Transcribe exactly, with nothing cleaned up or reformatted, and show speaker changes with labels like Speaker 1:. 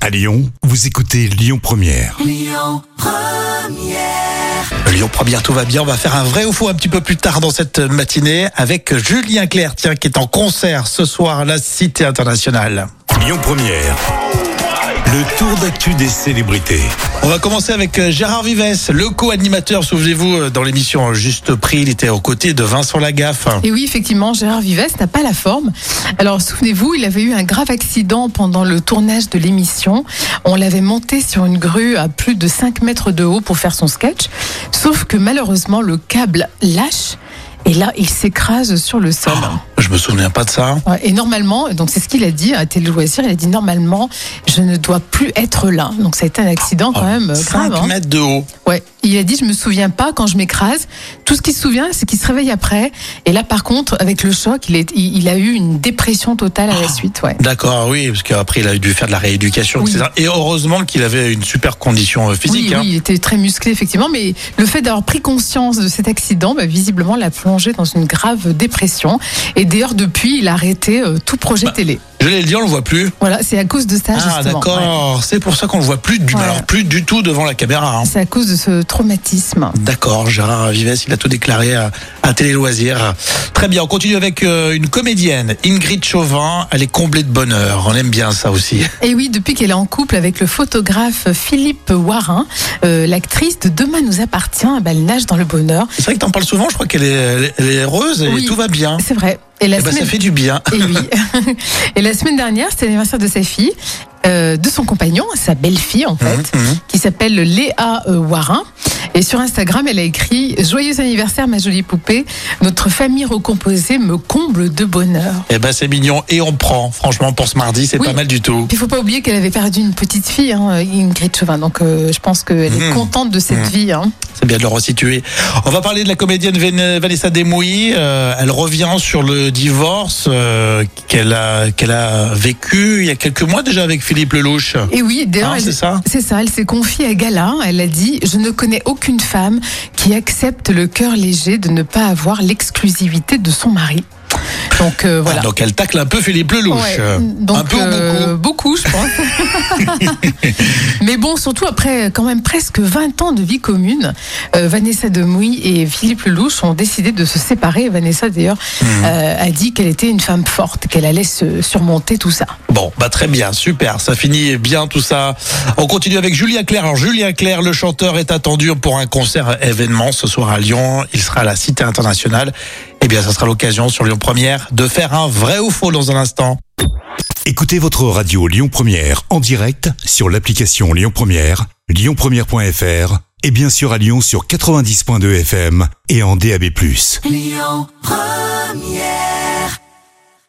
Speaker 1: À Lyon, vous écoutez Lyon Première.
Speaker 2: Lyon Première.
Speaker 3: Lyon Première, tout va bien. On va faire un vrai ou faux un petit peu plus tard dans cette matinée avec Julien Clerc, tiens, qui est en concert ce soir à la Cité Internationale.
Speaker 1: Lyon Première. Le tour d'actu des célébrités.
Speaker 3: On va commencer avec Gérard Vivès, le co-animateur, souvenez-vous, dans l'émission Juste Prix, il était aux côtés de Vincent Lagaffe.
Speaker 4: Et oui, effectivement, Gérard Vivès n'a pas la forme. Alors, souvenez-vous, il avait eu un grave accident pendant le tournage de l'émission. On l'avait monté sur une grue à plus de cinq mètres de haut pour faire son sketch. Sauf que malheureusement, le câble lâche. Et là, il s'écrase sur le sol.
Speaker 3: Oh, je me souviens pas de ça.
Speaker 4: Et normalement, donc c'est ce qu'il a dit à Télé Loisirs, il a dit normalement, je ne dois plus être là. Donc ça a été un accident quand
Speaker 3: Oh,
Speaker 4: même grave.
Speaker 3: cinq mètres de haut.
Speaker 4: Ouais, il a dit je me souviens pas quand je m'écrase. Tout ce qu'il se souvient, c'est qu'il se réveille après. Et là, par contre, avec le choc, il, est, il, il a eu une dépression totale à la suite. Ouais.
Speaker 3: D'accord, oui, parce qu'après il a dû faire de la rééducation,
Speaker 4: Oui.
Speaker 3: et cetera. Et heureusement qu'il avait une super condition physique.
Speaker 4: Oui,
Speaker 3: hein.
Speaker 4: oui, il était très musclé effectivement, mais le fait d'avoir pris conscience de cet accident, bah, visiblement, l'a plongé dans une grave dépression. Et d'ailleurs, depuis, il a arrêté euh, tout projet
Speaker 3: Bah,
Speaker 4: télé.
Speaker 3: Je l'ai dit, on le voit plus.
Speaker 4: Voilà, c'est à cause de ça,
Speaker 3: Ah,
Speaker 4: justement.
Speaker 3: d'accord.
Speaker 4: Ouais.
Speaker 3: C'est pour ça qu'on le voit plus du,
Speaker 4: Ouais.
Speaker 3: alors plus du tout devant la caméra. hein.
Speaker 4: C'est à cause de ce traumatisme.
Speaker 3: D'accord, Gérard Vivès, il a tout déclaré à, à Télé Loisirs. Très bien, on continue avec euh, une comédienne, Ingrid Chauvin. Elle est comblée de bonheur. On aime bien ça aussi.
Speaker 4: Et oui, depuis qu'elle est en couple avec le photographe Philippe Warin, euh, l'actrice de Demain nous appartient, bah, elle nage dans le bonheur.
Speaker 3: C'est vrai que t'en parles souvent. Je crois qu'elle est, elle est- elle est heureuse et
Speaker 4: Oui.
Speaker 3: tout va bien.
Speaker 4: C'est vrai. Et la
Speaker 3: Eh ben,
Speaker 4: semaine...
Speaker 3: ça fait du bien.
Speaker 4: Et oui. Et la semaine dernière, c'était l'anniversaire de sa fille, euh, de son compagnon, sa belle-fille en fait,
Speaker 3: Mhm, mhm.
Speaker 4: qui s'appelle Léa euh, Warin. Et sur Instagram, elle a écrit « Joyeux anniversaire ma jolie poupée, notre famille recomposée me comble de bonheur ».
Speaker 3: Eh ben, c'est mignon et on prend. Franchement, pour ce mardi, c'est
Speaker 4: Oui.
Speaker 3: pas mal du tout.
Speaker 4: Puis il faut pas oublier qu'elle avait perdu une petite fille, hein, Ingrid Chauvin. Donc euh, je pense qu'elle est
Speaker 3: Mhm.
Speaker 4: contente de cette
Speaker 3: Mhm.
Speaker 4: vie. Hein.
Speaker 3: C'est bien de le resituer. On va parler de la comédienne Ven- Vanessa Demouy. Euh, elle revient sur le divorce euh, qu'elle a, qu'elle a vécu il y a quelques mois déjà avec Philippe Lelouch.
Speaker 4: Et oui, d'ailleurs,
Speaker 3: Ah,
Speaker 4: elle-
Speaker 3: c'est ça
Speaker 4: c'est ça. Elle s'est confiée à Gala. Elle a dit « Je ne connais aucune femme qui accepte le cœur léger de ne pas avoir l'exclusivité de son mari. » Donc euh, voilà.
Speaker 3: Ah, donc elle tacle un peu Philippe Lelouch.
Speaker 4: Ouais,
Speaker 3: Euh,
Speaker 4: donc,
Speaker 3: un peu ou
Speaker 4: euh,
Speaker 3: beaucoup
Speaker 4: beaucoup, je pense. Mais bon, surtout après quand même presque vingt ans de vie commune, euh, Vanessa Demouy et Philippe Lelouch ont décidé de se séparer. Vanessa, d'ailleurs,
Speaker 3: Mhm.
Speaker 4: euh, a dit qu'elle était une femme forte, qu'elle allait se surmonter tout ça.
Speaker 3: Bon, bah très bien, super, ça finit bien tout ça. On continue avec Julien Clerc. Alors Julien Clerc, le chanteur, est attendu pour un concert événement ce soir à Lyon. Il sera à la Cité Internationale. Eh bien, ça sera l'occasion sur Lyon Première de faire un vrai ou faux dans un instant.
Speaker 1: Écoutez votre radio Lyon Première en direct sur l'application Lyon Première, lyon première point f r et bien sûr à Lyon sur quatre-vingt-dix point deux F M et en D A B plus.
Speaker 2: Lyon Première.